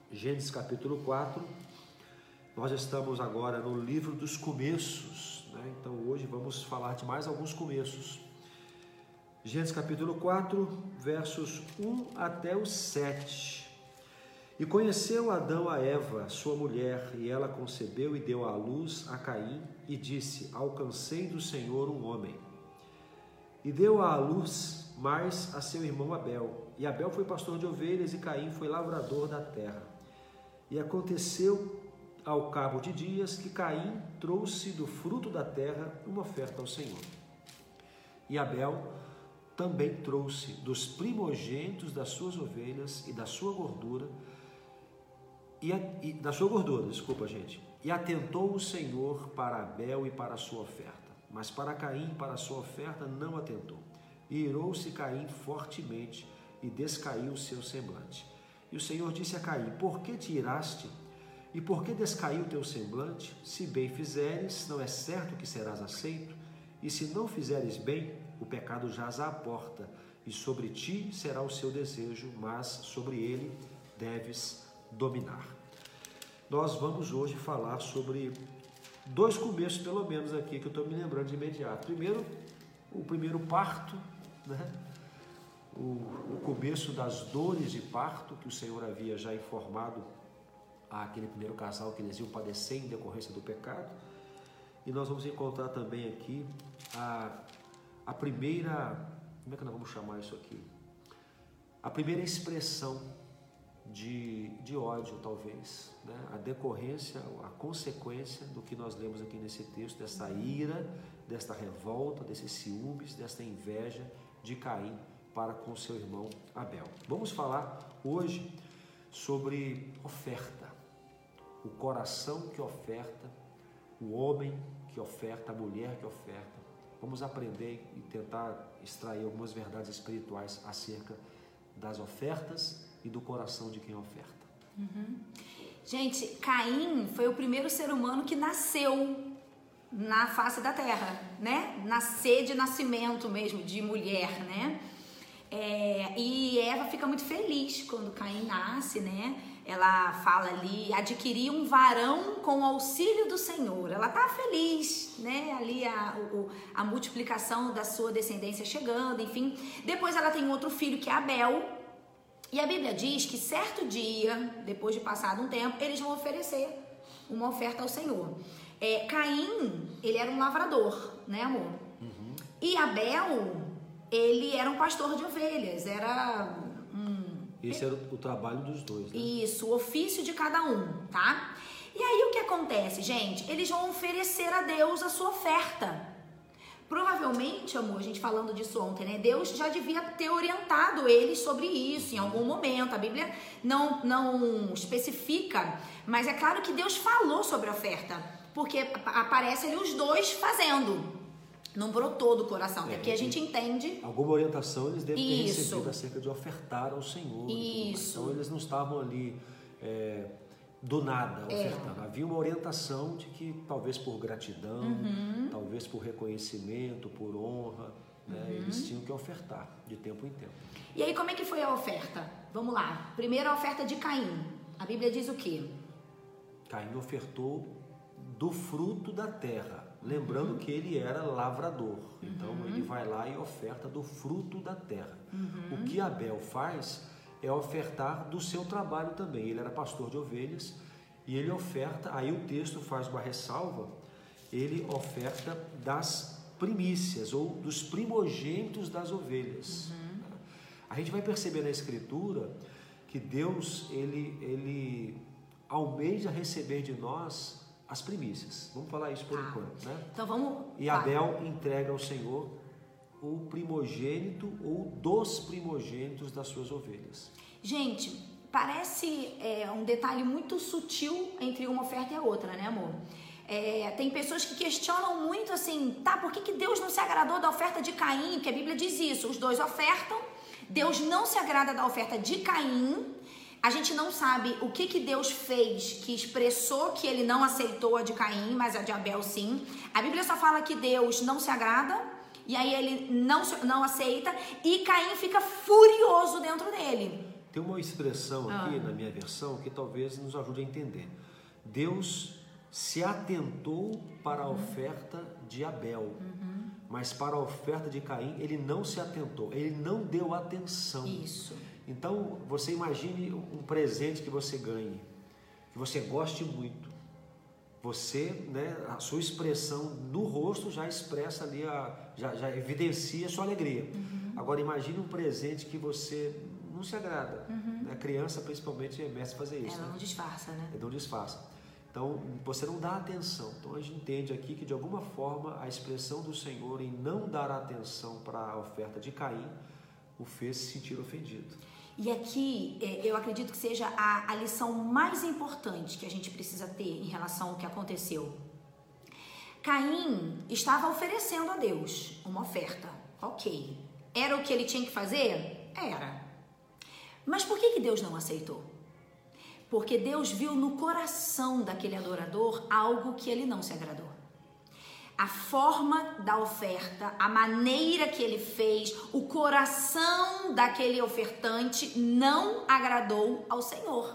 Gênesis capítulo 4, nós estamos agora no livro dos começos, né? Então hoje vamos falar de mais alguns começos. Gênesis capítulo 4, versos 1 até o 7. E conheceu Adão a Eva, sua mulher, e ela concebeu e deu à luz a Caim, e disse: alcancei do Senhor um homem. E deu à luz mais a seu irmão Abel. E Abel foi pastor de ovelhas, e Caim foi lavrador da terra. E aconteceu ao cabo de dias que Caim trouxe do fruto da terra uma oferta ao Senhor. E Abel também trouxe dos primogênitos das suas ovelhas e da sua gordura, E atentou o Senhor para Abel e para a sua oferta, mas para Caim e para a sua oferta não atentou. E irou-se Caim fortemente e descaiu o seu semblante. E o Senhor disse a Caim: por que te iraste? E por que descaiu o teu semblante? Se bem fizeres, não é certo que serás aceito? E se não fizeres bem, o pecado jaz à porta, e sobre ti será o seu desejo, mas sobre ele deves dominar. Nós vamos hoje falar sobre dois começos, pelo menos aqui, que eu estou me lembrando de imediato. Primeiro, o primeiro parto, né? O começo das dores de parto, que o Senhor havia já informado àquele primeiro casal que eles iam padecer em decorrência do pecado. E nós vamos encontrar também aqui a primeira, como é que nós vamos chamar isso aqui? A primeira expressão de ódio, talvez, né? A decorrência, a consequência do que nós lemos aqui nesse texto, dessa ira, desta revolta, desses ciúmes, desta inveja de Caim para com seu irmão Abel. Vamos falar hoje sobre oferta, o coração que oferta, o homem que oferta, a mulher que oferta. Vamos aprender e tentar extrair algumas verdades espirituais acerca das ofertas e do coração de quem oferta. Gente, Caim foi o primeiro ser humano que nasceu na face da terra, né? Nascer de nascimento mesmo, de mulher, né? E Eva fica muito feliz quando Caim nasce, né? Ela fala ali, adquirir um varão com o auxílio do Senhor. Ela tá feliz, né? Ali a multiplicação da sua descendência chegando, enfim. Depois ela tem outro filho que é Abel. E a Bíblia diz que certo dia, depois de passado um tempo, eles vão oferecer uma oferta ao Senhor. Caim, ele era um lavrador, né, amor? E Abel, ele era um pastor de ovelhas, Esse era o trabalho dos dois, né? Isso, o ofício de cada um, tá? E aí o que acontece, gente? Eles vão oferecer a Deus a sua oferta. Provavelmente, amor, a gente falando disso ontem, né? Deus já devia ter orientado eles sobre isso em algum momento. A Bíblia não especifica, mas é claro que Deus falou sobre a oferta, porque aparece ali os dois fazendo. Não brotou do coração, porque aqui a gente entende. Alguma orientação eles devem ter recebido acerca de ofertar ao Senhor. Isso. Então eles não estavam ali do nada ofertando. Havia uma orientação de que talvez por gratidão, talvez por reconhecimento, por honra, né, eles tinham que ofertar de tempo em tempo. E aí como é que foi a oferta? Vamos lá. Primeiro a oferta de Caim. A Bíblia diz o quê? Caim ofertou do fruto da terra. Lembrando que ele era lavrador, então ele vai lá e oferta do fruto da terra. O que Abel faz é ofertar do seu trabalho também. Ele era pastor de ovelhas e ele oferta, aí o texto faz uma ressalva, ele oferta das primícias ou dos primogênitos das ovelhas. A gente vai perceber na Escritura que Deus, ele almeja receber de nós as primícias. Vamos falar isso por enquanto, né? Então vamos... E Abel entrega ao Senhor o primogênito ou dos primogênitos das suas ovelhas. Gente, parece um detalhe muito sutil entre uma oferta e a outra, né, amor? Tem pessoas que questionam muito assim, por que Deus não se agradou da oferta de Caim? Porque a Bíblia diz isso, os dois ofertam, Deus não se agrada da oferta de Caim. A gente não sabe o que Deus fez que expressou que ele não aceitou a de Caim, mas a de Abel sim. A Bíblia só fala que Deus não se agrada, e aí ele não aceita, e Caim fica furioso dentro dele. Tem uma expressão aqui na minha versão que talvez nos ajude a entender. Deus se atentou para a oferta de Abel, mas para a oferta de Caim ele não se atentou, ele não deu atenção. Isso. Então você imagine um presente que você ganhe, que você goste muito. Você, né, a sua expressão no rosto já expressa ali, já evidencia a sua alegria. Agora imagine um presente que você não se agrada. A criança principalmente é mestre fazer isso. Ela não disfarça, né? Não disfarça. Então você não dá atenção. Então a gente entende aqui que de alguma forma a expressão do Senhor em não dar atenção para a oferta de Caim o fez se sentir ofendido. E aqui eu acredito que seja a lição mais importante que a gente precisa ter em relação ao que aconteceu. Caim estava oferecendo a Deus uma oferta. Ok. Era o que ele tinha que fazer? Era. Mas por que Deus não aceitou? Porque Deus viu no coração daquele adorador algo que ele não se agradou. A forma da oferta, a maneira que ele fez, o coração daquele ofertante não agradou ao Senhor.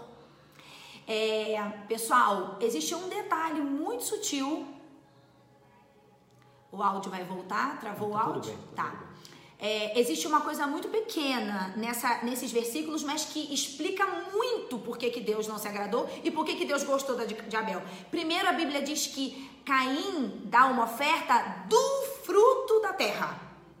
Pessoal, existe um detalhe muito sutil. O áudio vai voltar? Travou o áudio? Tudo bem, tá. Tudo bem. Existe uma coisa muito pequena nesses versículos, mas que explica muito por que Deus não se agradou e por que Deus gostou de Abel. Primeiro, a Bíblia diz que Caim dá uma oferta do fruto da terra.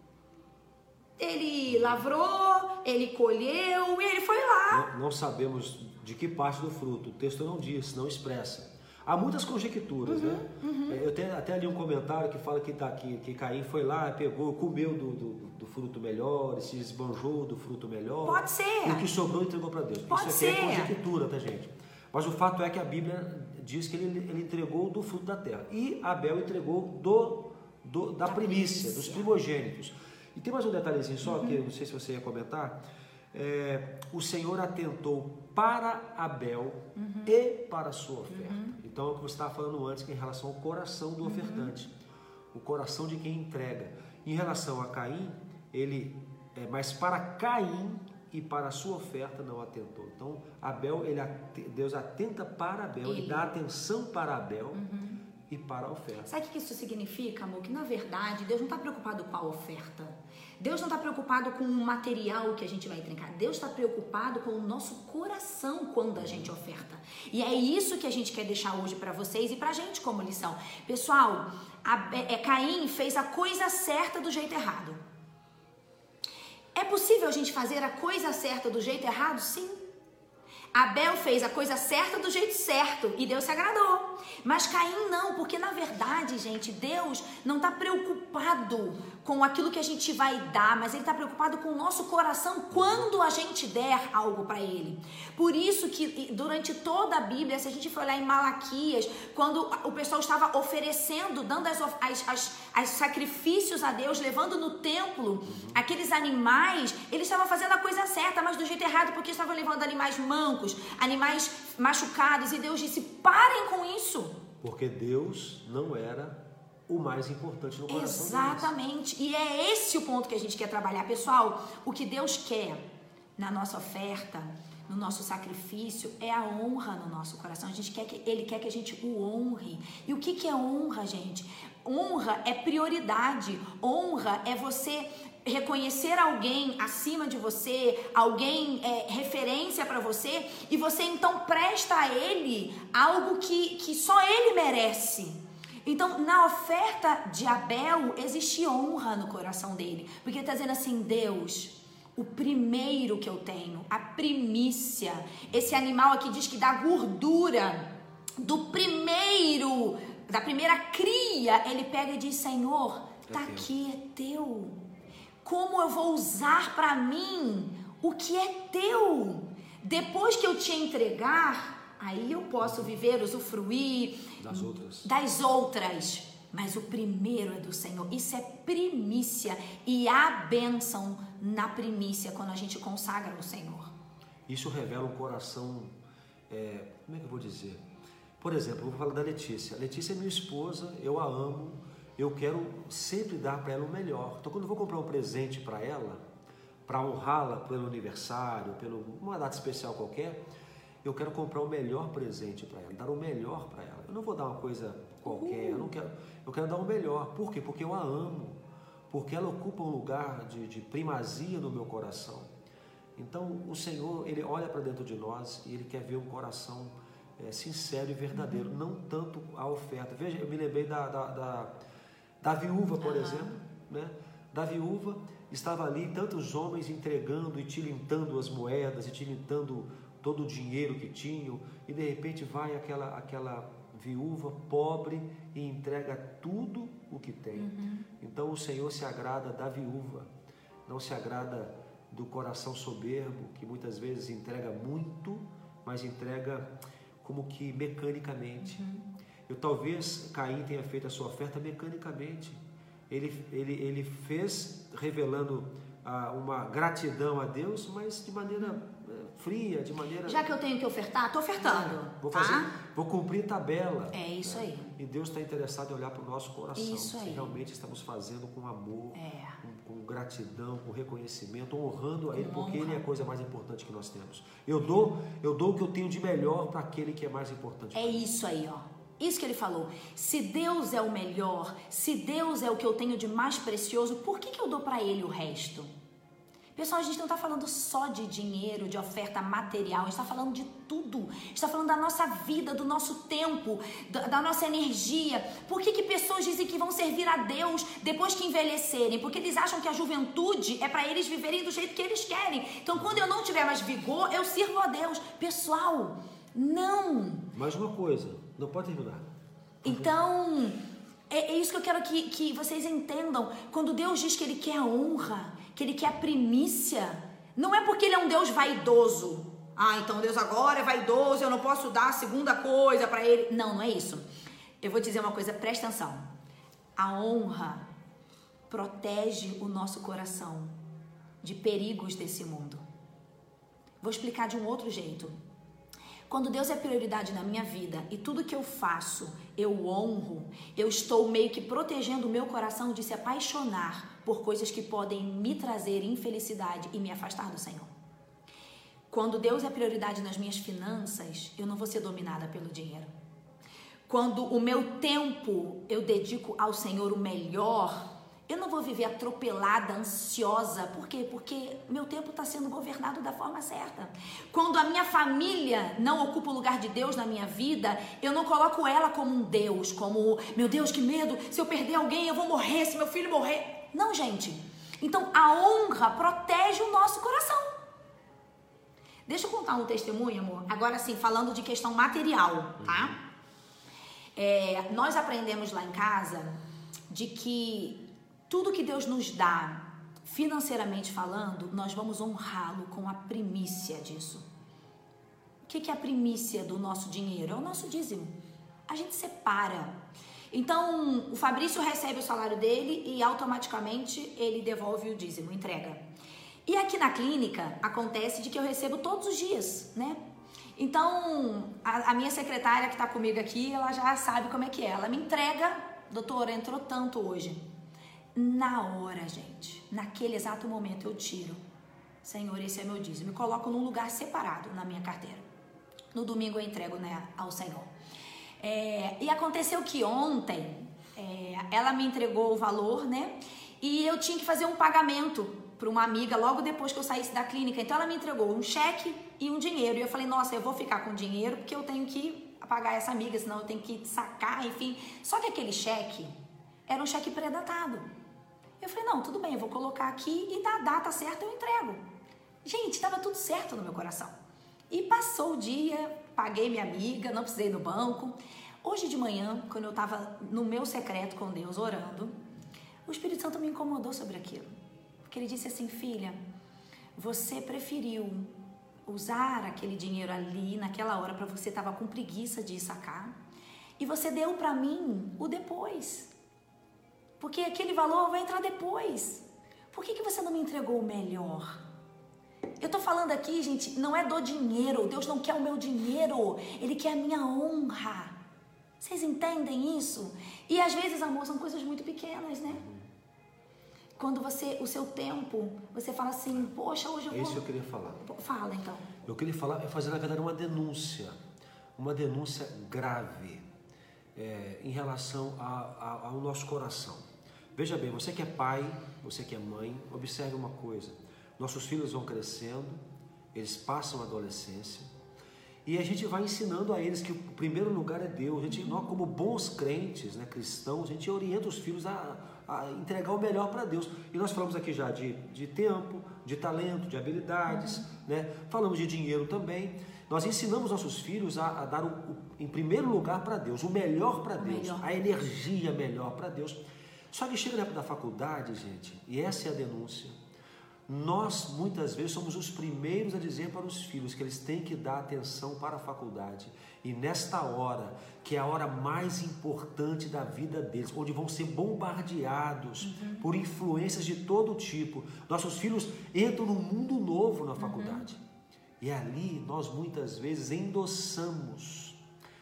Ele lavrou, ele colheu e ele foi lá. Não sabemos de que parte do fruto, o texto não diz, não expressa. Há muitas conjecturas, né? Eu tenho até ali um comentário que fala que Caim foi lá, pegou, comeu do fruto melhor, se esbanjou do fruto melhor. Pode ser. E o que sobrou entregou para Deus. Pode Isso ser. aqui é conjectura, tá, gente? Mas o fato é que a Bíblia diz que ele entregou do fruto da terra. E Abel entregou da primícia, dos primogênitos. E tem mais um detalhezinho só, que eu não sei se você ia comentar. O Senhor atentou para Abel e para a sua oferta. Então é o que você estava falando antes, que é em relação ao coração do ofertante, o coração de quem entrega. Em relação a Caim, mas para Caim e para a sua oferta não atentou. Então Abel, Deus atenta para Abel, ele dá atenção para Abel e para a oferta. Sabe o que isso significa, amor? Que na verdade Deus não está preocupado com a oferta. Deus não está preocupado com o material que a gente vai entregar. Deus está preocupado com o nosso coração quando a gente oferta. E é isso que a gente quer deixar hoje para vocês e para a gente como lição. Pessoal, Caim fez a coisa certa do jeito errado. É possível a gente fazer a coisa certa do jeito errado? Sim. Abel fez a coisa certa do jeito certo e Deus se agradou. Mas Caim não, porque na verdade, gente, Deus não está preocupado com aquilo que a gente vai dar, mas Ele está preocupado com o nosso coração quando a gente der algo para Ele. Por isso que durante toda a Bíblia, se a gente for olhar em Malaquias, quando o pessoal estava oferecendo, dando as sacrifícios a Deus, levando no templo aqueles animais, eles estavam fazendo a coisa certa, mas do jeito errado, porque estavam levando animais mancos, animais machucados, e Deus disse, parem com isso. Porque Deus não era o mais importante no coração. Exatamente, e é esse o ponto que a gente quer trabalhar. Pessoal, o que Deus quer na nossa oferta, no nosso sacrifício, é a honra no nosso coração. Ele quer que a gente o honre. E o que é honra, gente? Honra é prioridade. Honra é você reconhecer alguém acima de você, alguém referência para você, e você então presta a ele algo que só ele merece. Então, na oferta de Abel, existe honra no coração dele, porque ele está dizendo assim, Deus, o primeiro que eu tenho, a primícia, esse animal aqui diz que dá gordura da primeira cria, ele pega e diz, Senhor, tá aqui, é teu. Como eu vou usar para mim o que é teu? Depois que eu te entregar, aí eu posso viver, usufruir das outras. Mas o primeiro é do Senhor. Isso é primícia. E há bênção na primícia quando a gente consagra ao Senhor. Isso revela um coração, como é que eu vou dizer? Por exemplo, eu vou falar da Letícia. A Letícia é minha esposa, eu a amo. Eu quero sempre dar para ela o melhor. Então, quando eu vou comprar um presente para ela, para honrá-la pelo aniversário, pela uma data especial qualquer, eu quero comprar o melhor presente para ela, dar o melhor para ela. Eu não vou dar uma coisa qualquer, eu quero dar o melhor. Por quê? Porque eu a amo, porque ela ocupa um lugar de primazia no meu coração. Então o Senhor, Ele olha para dentro de nós e Ele quer ver um coração sincero e verdadeiro, não tanto a oferta. Veja, eu me lembrei da viúva, por exemplo, né? Da viúva, estava ali tantos homens entregando e tilintando as moedas e tilintando todo o dinheiro que tinham, e de repente vai aquela viúva pobre e entrega tudo o que tem. Então o Senhor se agrada da viúva, não se agrada do coração soberbo, que muitas vezes entrega muito, mas entrega como que mecanicamente. Talvez Caim tenha feito a sua oferta mecanicamente. Ele fez revelando uma gratidão a Deus, mas de maneira fria, de maneira... Já que eu tenho que ofertar, estou ofertando. Vou cumprir tabela. É isso aí. E Deus está interessado em olhar para o nosso coração. Isso aí. Se realmente estamos fazendo com amor, com gratidão, com reconhecimento, honrando a Ele, porque Ele é a coisa mais importante que nós temos. Eu dou o que eu tenho de melhor para aquele que é mais importante. É isso aí, ó. Isso que ele falou. Se Deus é o melhor, se Deus é o que eu tenho de mais precioso, por que eu dou para Ele o resto? Pessoal, a gente não está falando só de dinheiro, de oferta material, a gente está falando de tudo. A gente está falando da nossa vida, do nosso tempo, da nossa energia. Por que pessoas dizem que vão servir a Deus depois que envelhecerem? Porque eles acham que a juventude é para eles viverem do jeito que eles querem. Então, quando eu não tiver mais vigor, eu sirvo a Deus. Pessoal, não. Mais uma coisa, não pode terminar. Então, é isso que eu quero que vocês entendam. Quando Deus diz que Ele quer a honra, que Ele quer a primícia, não é porque Ele é um Deus vaidoso. Então Deus agora é vaidoso, eu não posso dar a segunda coisa para Ele. Não é isso. Eu vou dizer uma coisa, presta atenção. A honra protege o nosso coração de perigos desse mundo. Vou explicar de um outro jeito. Quando Deus é prioridade na minha vida e tudo que eu faço, eu honro, eu estou meio que protegendo o meu coração de se apaixonar por coisas que podem me trazer infelicidade e me afastar do Senhor. Quando Deus é prioridade nas minhas finanças, eu não vou ser dominada pelo dinheiro. Quando o meu tempo eu dedico ao Senhor o melhor, eu não vou viver atropelada, ansiosa. Por quê? Porque meu tempo está sendo governado da forma certa. Quando a minha família não ocupa o lugar de Deus na minha vida, eu não coloco ela como um Deus, como, meu Deus, que medo, se eu perder alguém, eu vou morrer, se meu filho morrer. Não, gente. Então, a honra protege o nosso coração. Deixa eu contar um testemunho, amor. Agora sim, falando de questão material, tá? Nós aprendemos lá em casa de que tudo que Deus nos dá, financeiramente falando, nós vamos honrá-lo com a primícia disso. O que é a primícia do nosso dinheiro? É o nosso dízimo. A gente separa. Então, o Fabrício recebe o salário dele e automaticamente ele devolve o dízimo, entrega. E aqui na clínica acontece de que eu recebo todos os dias, né? Então, a minha secretária que está comigo aqui, ela já sabe como é que é. Ela me entrega, doutora, entrou tanto hoje. Na hora, gente, naquele exato momento eu tiro. Senhor, esse é meu dízimo. Me coloco num lugar separado na minha carteira. No domingo eu entrego, né, ao Senhor. E aconteceu que ontem ela me entregou o valor, né? E eu tinha que fazer um pagamento para uma amiga logo depois que eu saísse da clínica. Então ela me entregou um cheque e um dinheiro. E eu falei, nossa, eu vou ficar com dinheiro porque eu tenho que pagar essa amiga, senão eu tenho que sacar, enfim. Só que aquele cheque era um cheque pré-datado. Eu falei, não, tudo bem, eu vou colocar aqui e na data certa eu entrego. Gente, estava tudo certo no meu coração. E passou o dia, paguei minha amiga, não precisei ir no banco. Hoje de manhã, quando eu estava no meu secreto com Deus, orando, o Espírito Santo me incomodou sobre aquilo. Porque ele disse assim, filha, você preferiu usar aquele dinheiro ali, naquela hora, para você estava com preguiça de sacar, e você deu para mim o depois. Porque aquele valor vai entrar depois. Por que você não me entregou o melhor? Eu tô falando aqui, gente, não é do dinheiro. Deus não quer o meu dinheiro. Ele quer a minha honra. Vocês entendem isso? E às vezes, amor, são coisas muito pequenas, né? Quando o seu tempo, você fala assim, poxa, hoje eu vou... É isso que eu queria falar. Fala, então. Eu queria falar, fazer na verdade uma denúncia grave em relação ao nosso coração. Veja bem, você que é pai, você que é mãe, observe uma coisa. Nossos filhos vão crescendo, eles passam a adolescência e a gente vai ensinando a eles que o primeiro lugar é Deus. Nós como bons crentes, né, cristãos, a gente orienta os filhos a entregar o melhor para Deus. E nós falamos aqui já de tempo, de talento, de habilidades, né? Falamos de dinheiro também. Nós ensinamos nossos filhos a dar em primeiro lugar para Deus, o melhor para Deus, a energia melhor para Deus. Só que chega na época da faculdade, gente, e essa é a denúncia. Nós, muitas vezes, somos os primeiros a dizer para os filhos que eles têm que dar atenção para a faculdade. E nesta hora, que é a hora mais importante da vida deles, onde vão ser bombardeados por influências de todo tipo, nossos filhos entram num mundo novo na faculdade. E ali, nós muitas vezes endossamos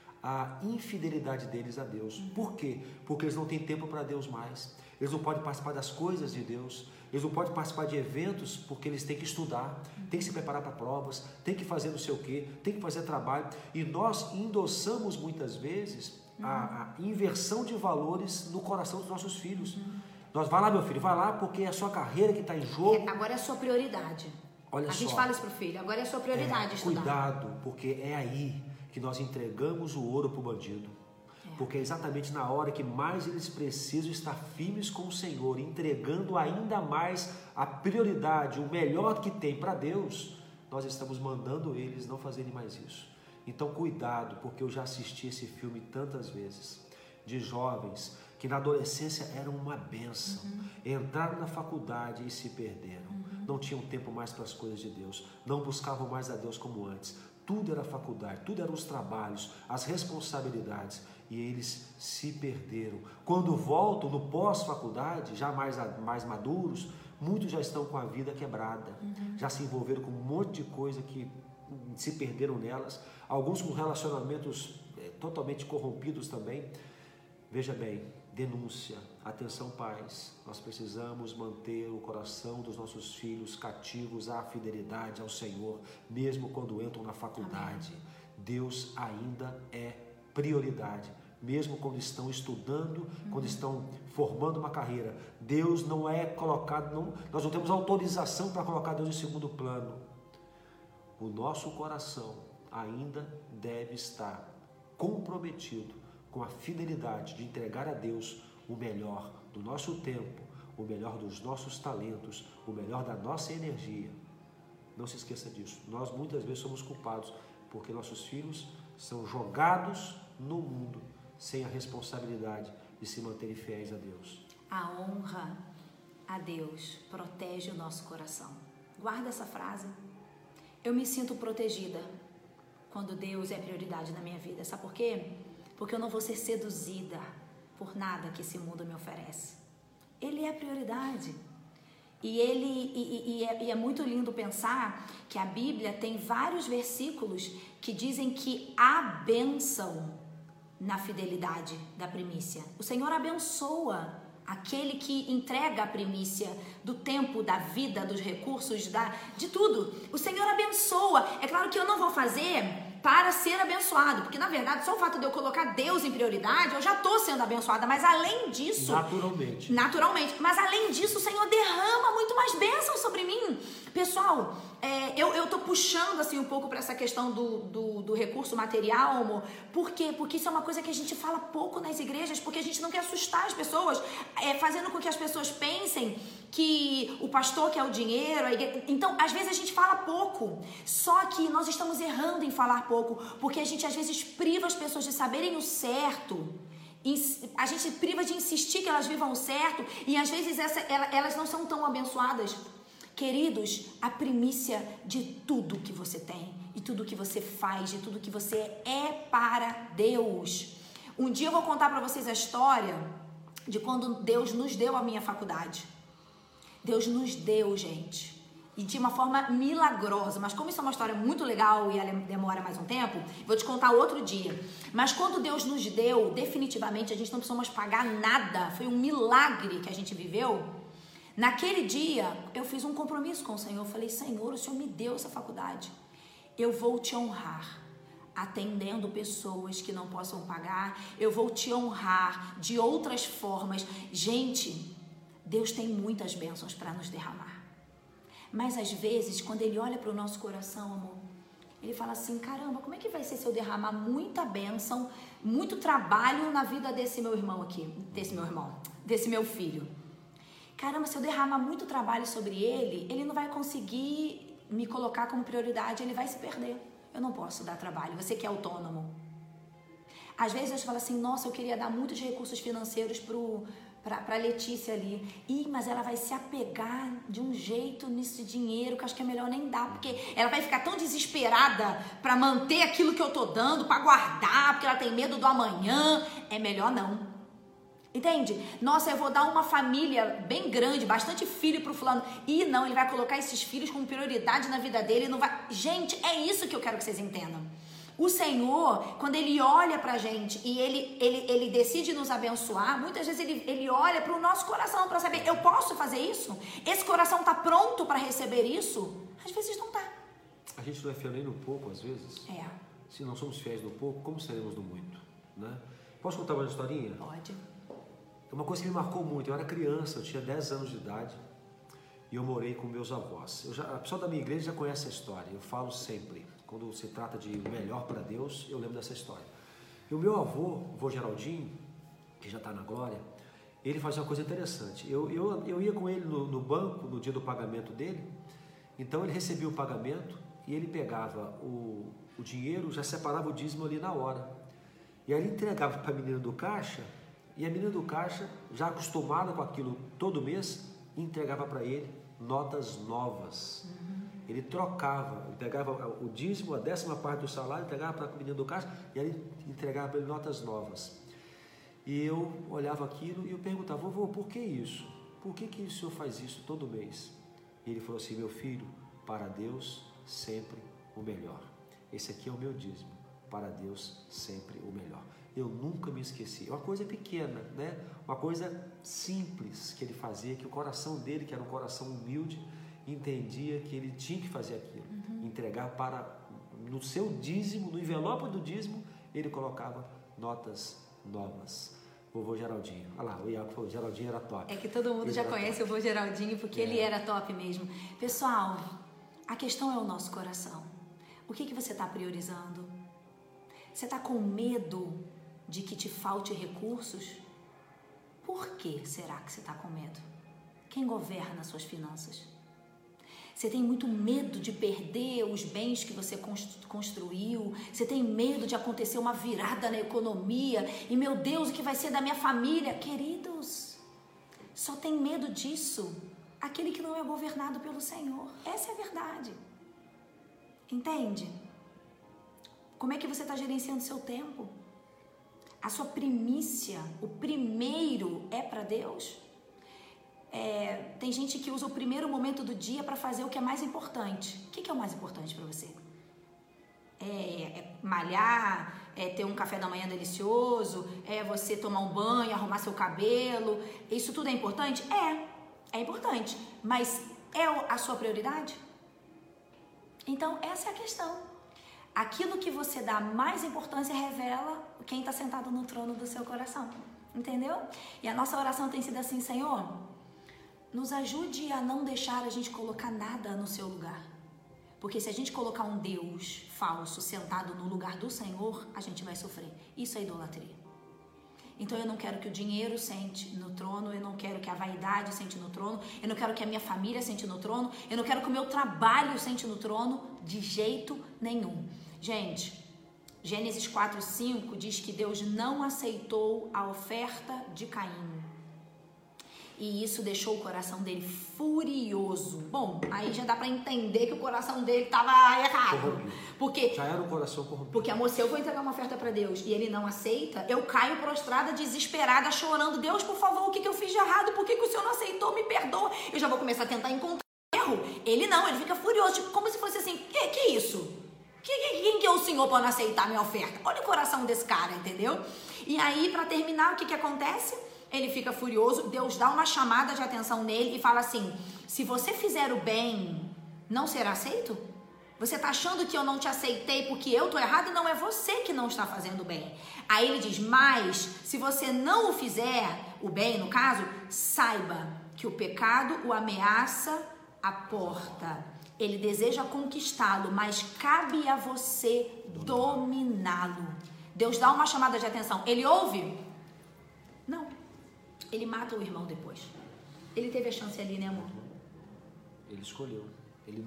a infidelidade deles a Deus. Por quê? Porque eles não têm tempo para Deus mais. Eles não podem participar das coisas de Deus. Eles não podem participar de eventos porque eles têm que estudar, têm que se preparar para provas, têm que fazer não sei o quê, têm que fazer trabalho. E nós endossamos muitas vezes a inversão de valores no coração dos nossos filhos. Nós, vai lá meu filho, vai lá porque é a sua carreira que está em jogo. Agora é a sua prioridade. Olha a só, gente fala isso para o filho, agora é a sua prioridade estudar. Cuidado, porque é aí que nós entregamos o ouro para o bandido. Porque é exatamente na hora que mais eles precisam estar firmes com o Senhor, entregando ainda mais a prioridade, o melhor que tem para Deus, nós estamos mandando eles não fazerem mais isso. Então cuidado, porque eu já assisti esse filme tantas vezes, de jovens que na adolescência eram uma bênção, entraram na faculdade e se perderam, não tinham tempo mais para as coisas de Deus, não buscavam mais a Deus como antes. Tudo era faculdade, tudo eram os trabalhos, as responsabilidades, e eles se perderam. Quando voltam no pós-faculdade, já mais maduros, muitos já estão com a vida quebrada, já se envolveram com um monte de coisa que se perderam nelas, alguns com relacionamentos totalmente corrompidos também. Veja bem, denúncia, atenção pais, nós precisamos manter o coração dos nossos filhos cativos à fidelidade ao Senhor, mesmo quando entram na faculdade. Amém. Deus ainda é prioridade, mesmo quando estão estudando, quando estão formando uma carreira. Deus não é colocado, nós não temos autorização para colocar Deus em segundo plano. O nosso coração ainda deve estar comprometido com a fidelidade de entregar a Deus o melhor do nosso tempo, o melhor dos nossos talentos, o melhor da nossa energia. Não se esqueça disso. Nós muitas vezes somos culpados porque nossos filhos são jogados no mundo sem a responsabilidade de se manterem fiéis a Deus. A honra a Deus protege o nosso coração. Guarda essa frase. Eu me sinto protegida quando Deus é prioridade na minha vida. Sabe por quê? Porque eu não vou ser seduzida por nada que esse mundo me oferece. Ele é prioridade. E é muito lindo pensar que a Bíblia tem vários versículos que dizem que há bênção na fidelidade da primícia. O Senhor abençoa aquele que entrega a primícia do tempo, da vida, dos recursos, de tudo. O Senhor abençoa. É claro que eu não vou fazer para ser abençoado, porque na verdade só o fato de eu colocar Deus em prioridade, eu já estou sendo abençoada, mas além disso... Naturalmente. Mas além disso, o Senhor derrama muito mais bênçãos sobre mim. Pessoal, eu estou puxando assim um pouco para essa questão do recurso material, amor. Por quê? Porque isso é uma coisa que a gente fala pouco nas igrejas, porque a gente não quer assustar as pessoas, fazendo com que as pessoas pensem que o pastor quer o dinheiro, a igreja... Então, às vezes a gente fala pouco, só que nós estamos errando em falar pouco, porque a gente às vezes priva as pessoas de saberem o certo, a gente priva de insistir que elas vivam o certo, e às vezes elas não são tão abençoadas. Queridos, a primícia de tudo que você tem, e tudo que você faz, de tudo que você é para Deus. Um dia eu vou contar para vocês a história de quando Deus nos deu a minha faculdade. Deus nos deu, gente, e de uma forma milagrosa, mas como isso é uma história muito legal e ela demora mais um tempo, vou te contar outro dia. Mas quando Deus nos deu, definitivamente a gente não precisou mais pagar nada, foi um milagre que a gente viveu. Naquele dia, eu fiz um compromisso com o Senhor. Eu falei, Senhor, o Senhor me deu essa faculdade. Eu vou te honrar atendendo pessoas que não possam pagar. Eu vou te honrar de outras formas. Gente, Deus tem muitas bênçãos para nos derramar. Mas às vezes, quando Ele olha para o nosso coração, amor, Ele fala assim, caramba, como é que vai ser se eu derramar muita bênção, muito trabalho na vida desse meu irmão aqui, desse meu filho? Caramba, se eu derramar muito trabalho sobre ele, ele não vai conseguir me colocar como prioridade, ele vai se perder. Eu não posso dar trabalho, você que é autônomo. Às vezes eu falo assim, nossa, eu queria dar muitos recursos financeiros para Letícia ali. Mas ela vai se apegar de um jeito nesse dinheiro que eu acho que é melhor nem dar, porque ela vai ficar tão desesperada para manter aquilo que eu tô dando, para guardar, porque ela tem medo do amanhã. É melhor não. Entende? Nossa, eu vou dar uma família bem grande, bastante filho pro fulano. E não, ele vai colocar esses filhos como prioridade na vida dele. Não vai... Gente, é isso que eu quero que vocês entendam. O Senhor, quando Ele olha pra gente e Ele decide nos abençoar, muitas vezes Ele olha pro nosso coração para saber, eu posso fazer isso? Esse coração tá pronto para receber isso? Às vezes não tá. A gente não é fiel nem no pouco, às vezes. É. Se não somos fiéis no pouco, como seremos no muito? Né? Posso contar uma historinha? Pode. Uma coisa que me marcou muito, eu era criança, eu tinha 10 anos de idade e eu morei com meus avós. A pessoa da minha igreja já conhece a história, eu falo sempre. Quando se trata de o melhor para Deus, eu lembro dessa história. E o meu avô Geraldinho, que já está na glória, ele fazia uma coisa interessante. Eu ia com ele no banco, no dia do pagamento dele, então ele recebia o pagamento e ele pegava o dinheiro, já separava o dízimo ali na hora. E aí ele entregava para a menina do caixa, e a menina do caixa, já acostumada com aquilo todo mês, entregava para ele notas novas. Ele trocava, ele pegava o dízimo, a 10ª parte do salário, entregava para a menina do caixa e ele entregava para ele notas novas. E eu olhava aquilo e eu perguntava, vovô, por que isso? Por que o senhor faz isso todo mês? E ele falou assim, meu filho, para Deus sempre o melhor. Esse aqui é o meu dízimo, para Deus sempre o melhor. Eu nunca me esqueci. É uma coisa pequena, né? Uma coisa simples que ele fazia, que o coração dele, que era um coração humilde, entendia que ele tinha que fazer aquilo. Entregar no seu dízimo, no envelope do dízimo, ele colocava notas novas. Vovô Geraldinho. Olha lá, o Iago falou, Geraldinho era top. É que todo mundo já conhece o vovô Geraldinho, porque ele era top mesmo. Pessoal, a questão é o nosso coração. O que você está priorizando? Você está com medo de que te falte recursos? Por que será que você está com medo? Quem governa as suas finanças? Você tem muito medo de perder os bens que você construiu? Você tem medo de acontecer uma virada na economia? E meu Deus, o que vai ser da minha família? Queridos, só tem medo disso aquele que não é governado pelo Senhor. Essa é a verdade. Entende? Como é que você está gerenciando seu tempo? A sua primícia, o primeiro é para Deus? Tem gente que usa o primeiro momento do dia para fazer o que é mais importante. O que é o mais importante para você? É malhar, é ter um café da manhã delicioso, é você tomar um banho, arrumar seu cabelo. Isso tudo é importante? É importante. Mas é a sua prioridade? Então, essa é a questão. Aquilo que você dá mais importância revela quem está sentado no trono do seu coração. Entendeu? E a nossa oração tem sido assim, Senhor, nos ajude a não deixar a gente colocar nada no seu lugar. Porque se a gente colocar um Deus falso sentado no lugar do Senhor, a gente vai sofrer. Isso é idolatria. Então eu não quero que o dinheiro sente no trono, eu não quero que a vaidade sente no trono, eu não quero que a minha família sente no trono, eu não quero que o meu trabalho sente no trono, de jeito nenhum. Gente, Gênesis 4:5 diz que Deus não aceitou a oferta de Caim. E isso deixou o coração dele furioso. Bom, aí já dá pra entender que o coração dele tava errado. Corrompido. Porque já era um coração corrompido. Porque, amor, se eu vou entregar uma oferta pra Deus e ele não aceita, eu caio prostrada, desesperada, chorando. Deus, por favor, o que eu fiz de errado? Por que o Senhor não aceitou? Me perdoa. Eu já vou começar a tentar encontrar erro. Ele não, ele fica furioso, tipo, como se fosse assim, que isso? Quem que é o Senhor para não aceitar a minha oferta? Olha o coração desse cara, entendeu? E aí, pra terminar, o que acontece? ele fica furioso, Deus dá uma chamada de atenção nele e fala assim, se você fizer o bem, não será aceito? Você tá achando que eu não te aceitei porque eu tô errado? Não, é você que não está fazendo o bem. Aí ele diz, mas se você não o fizer, o bem no caso, saiba que o pecado o ameaça a porta. Ele deseja conquistá-lo, mas cabe a você dominá-lo. Deus dá uma chamada de atenção. Ele ouve? Não. Ele mata o irmão depois. Ele teve a chance ali, né, amor? Ele escolheu. Ele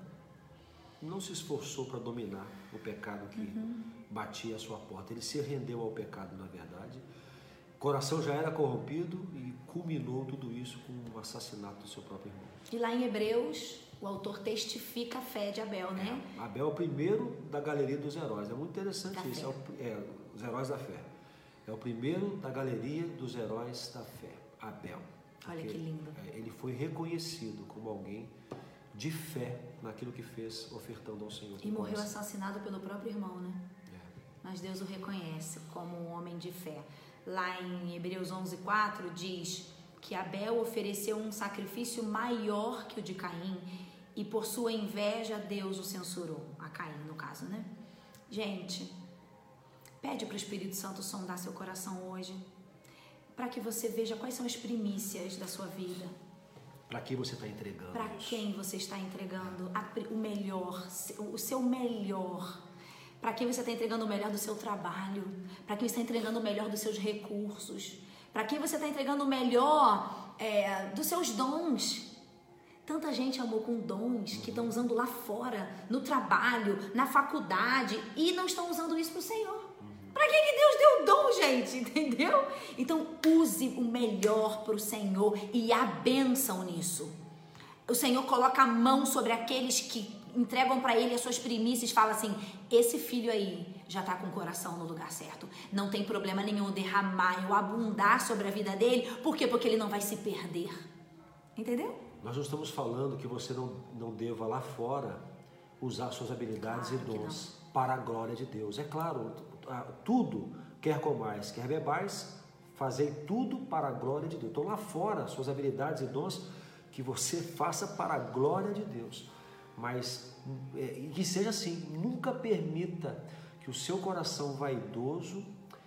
não se esforçou para dominar o pecado que batia a sua porta. Ele se rendeu ao pecado, na verdade. O coração já era corrompido e culminou tudo isso com o assassinato do seu próprio irmão. E lá em Hebreus, o autor testifica a fé de Abel, né? Abel é o primeiro da galeria dos heróis. É muito interessante da isso. Os heróis da fé. É o primeiro da galeria dos heróis da fé, Abel. Olha que lindo. Ele foi reconhecido como alguém de fé naquilo que fez, ofertando ao Senhor. E morreu assassinado pelo próprio irmão, né? Mas Deus o reconhece como um homem de fé. Lá em Hebreus 11:4 diz que Abel ofereceu um sacrifício maior que o de Caim e por sua inveja Deus o censurou. A Caim, no caso, né? Gente, pede para o Espírito Santo sondar seu coração hoje, para que você veja quais são as primícias da sua vida. Para quem você está entregando? Para quem você está entregando o melhor, o seu melhor. Para quem você está entregando o melhor do seu trabalho. Para quem você está entregando o melhor dos seus recursos. Para quem você está entregando o melhor dos seus dons. Tanta gente, amor, com dons que estão usando lá fora, no trabalho, na faculdade, e não estão usando isso para o Senhor. Para que Deus deu o dom, gente? Entendeu? Então, use o melhor para o Senhor e a bênção nisso. O Senhor coloca a mão sobre aqueles que entregam para Ele as suas primícias e fala assim, esse filho aí já está com o coração no lugar certo. Não tem problema nenhum eu derramar, eu abundar sobre a vida dele. Por quê? Porque ele não vai se perder. Entendeu? Nós não estamos falando que você não deva lá fora usar suas habilidades e dons para a glória de Deus. É claro, tudo, quer comais, quer bebais, fazei tudo para a glória de Deus. Então lá fora, suas habilidades e dons, que você faça para a glória de Deus. Mas que seja assim, nunca permita que o seu coração vaidoso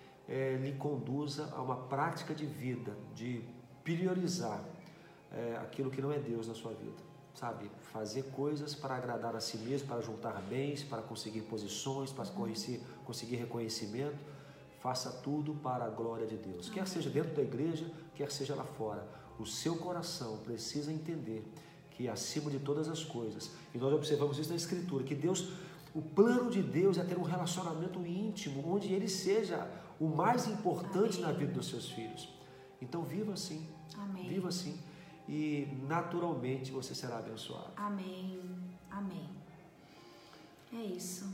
lhe conduza a uma prática de vida, de priorizar aquilo que não é Deus na sua vida. Sabe, fazer coisas para agradar a si mesmo, para juntar bens, para conseguir posições, para conseguir reconhecimento. Faça tudo para a glória de Deus. Quer seja dentro da igreja, quer seja lá fora. O seu coração precisa entender que acima de todas as coisas, e nós observamos isso na Escritura, que Deus, o plano de Deus é ter um relacionamento íntimo, onde Ele seja o mais importante na vida dos seus filhos. Então viva assim. Amém. Viva assim. E naturalmente você será abençoado. Amém, amém. É isso,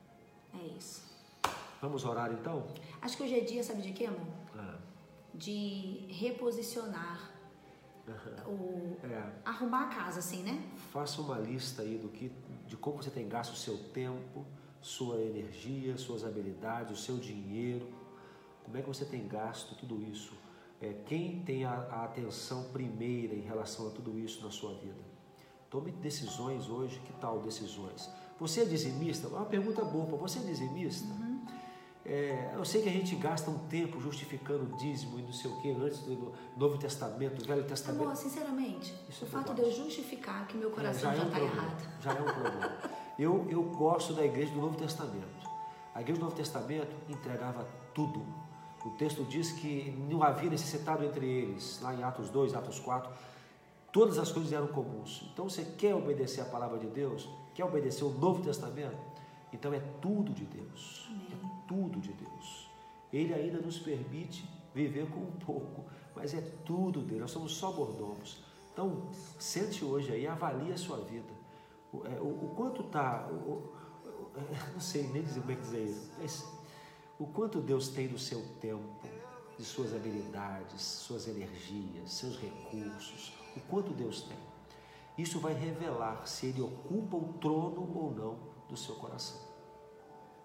Vamos orar então? Acho que hoje é dia, sabe de quê, amor? De reposicionar, arrumar a casa, assim, né? Faça uma lista aí de como você tem gasto o seu tempo, sua energia, suas habilidades, o seu dinheiro. Como é que você tem gasto tudo isso? Quem tem a atenção primeira em relação a tudo isso na sua vida? Tome decisões hoje. Que tal decisões? Você é dizimista? Uma pergunta boa. Você é dizimista? Eu sei que a gente gasta um tempo justificando o dízimo e não sei o que antes do Novo Testamento, do Velho Testamento. Amor, sinceramente, o fato de eu justificar que meu coração já está errado. Já é um problema. Eu gosto da igreja do Novo Testamento. A igreja do Novo Testamento entregava tudo. O texto diz que não havia necessitado entre eles, lá em Atos 2, Atos 4, todas as coisas eram comuns. Então você quer obedecer a palavra de Deus? Quer obedecer o Novo Testamento? Então é tudo de Deus. Amém. É tudo de Deus. Ele ainda nos permite viver com um pouco, mas é tudo dele. Nós somos só mordomos. Então sente hoje aí, avalie a sua vida. O quanto está... não sei nem dizer como é que dizer isso, mas o quanto Deus tem do seu tempo, de suas habilidades, suas energias, seus recursos, o quanto Deus tem. Isso vai revelar se Ele ocupa o trono ou não do seu coração.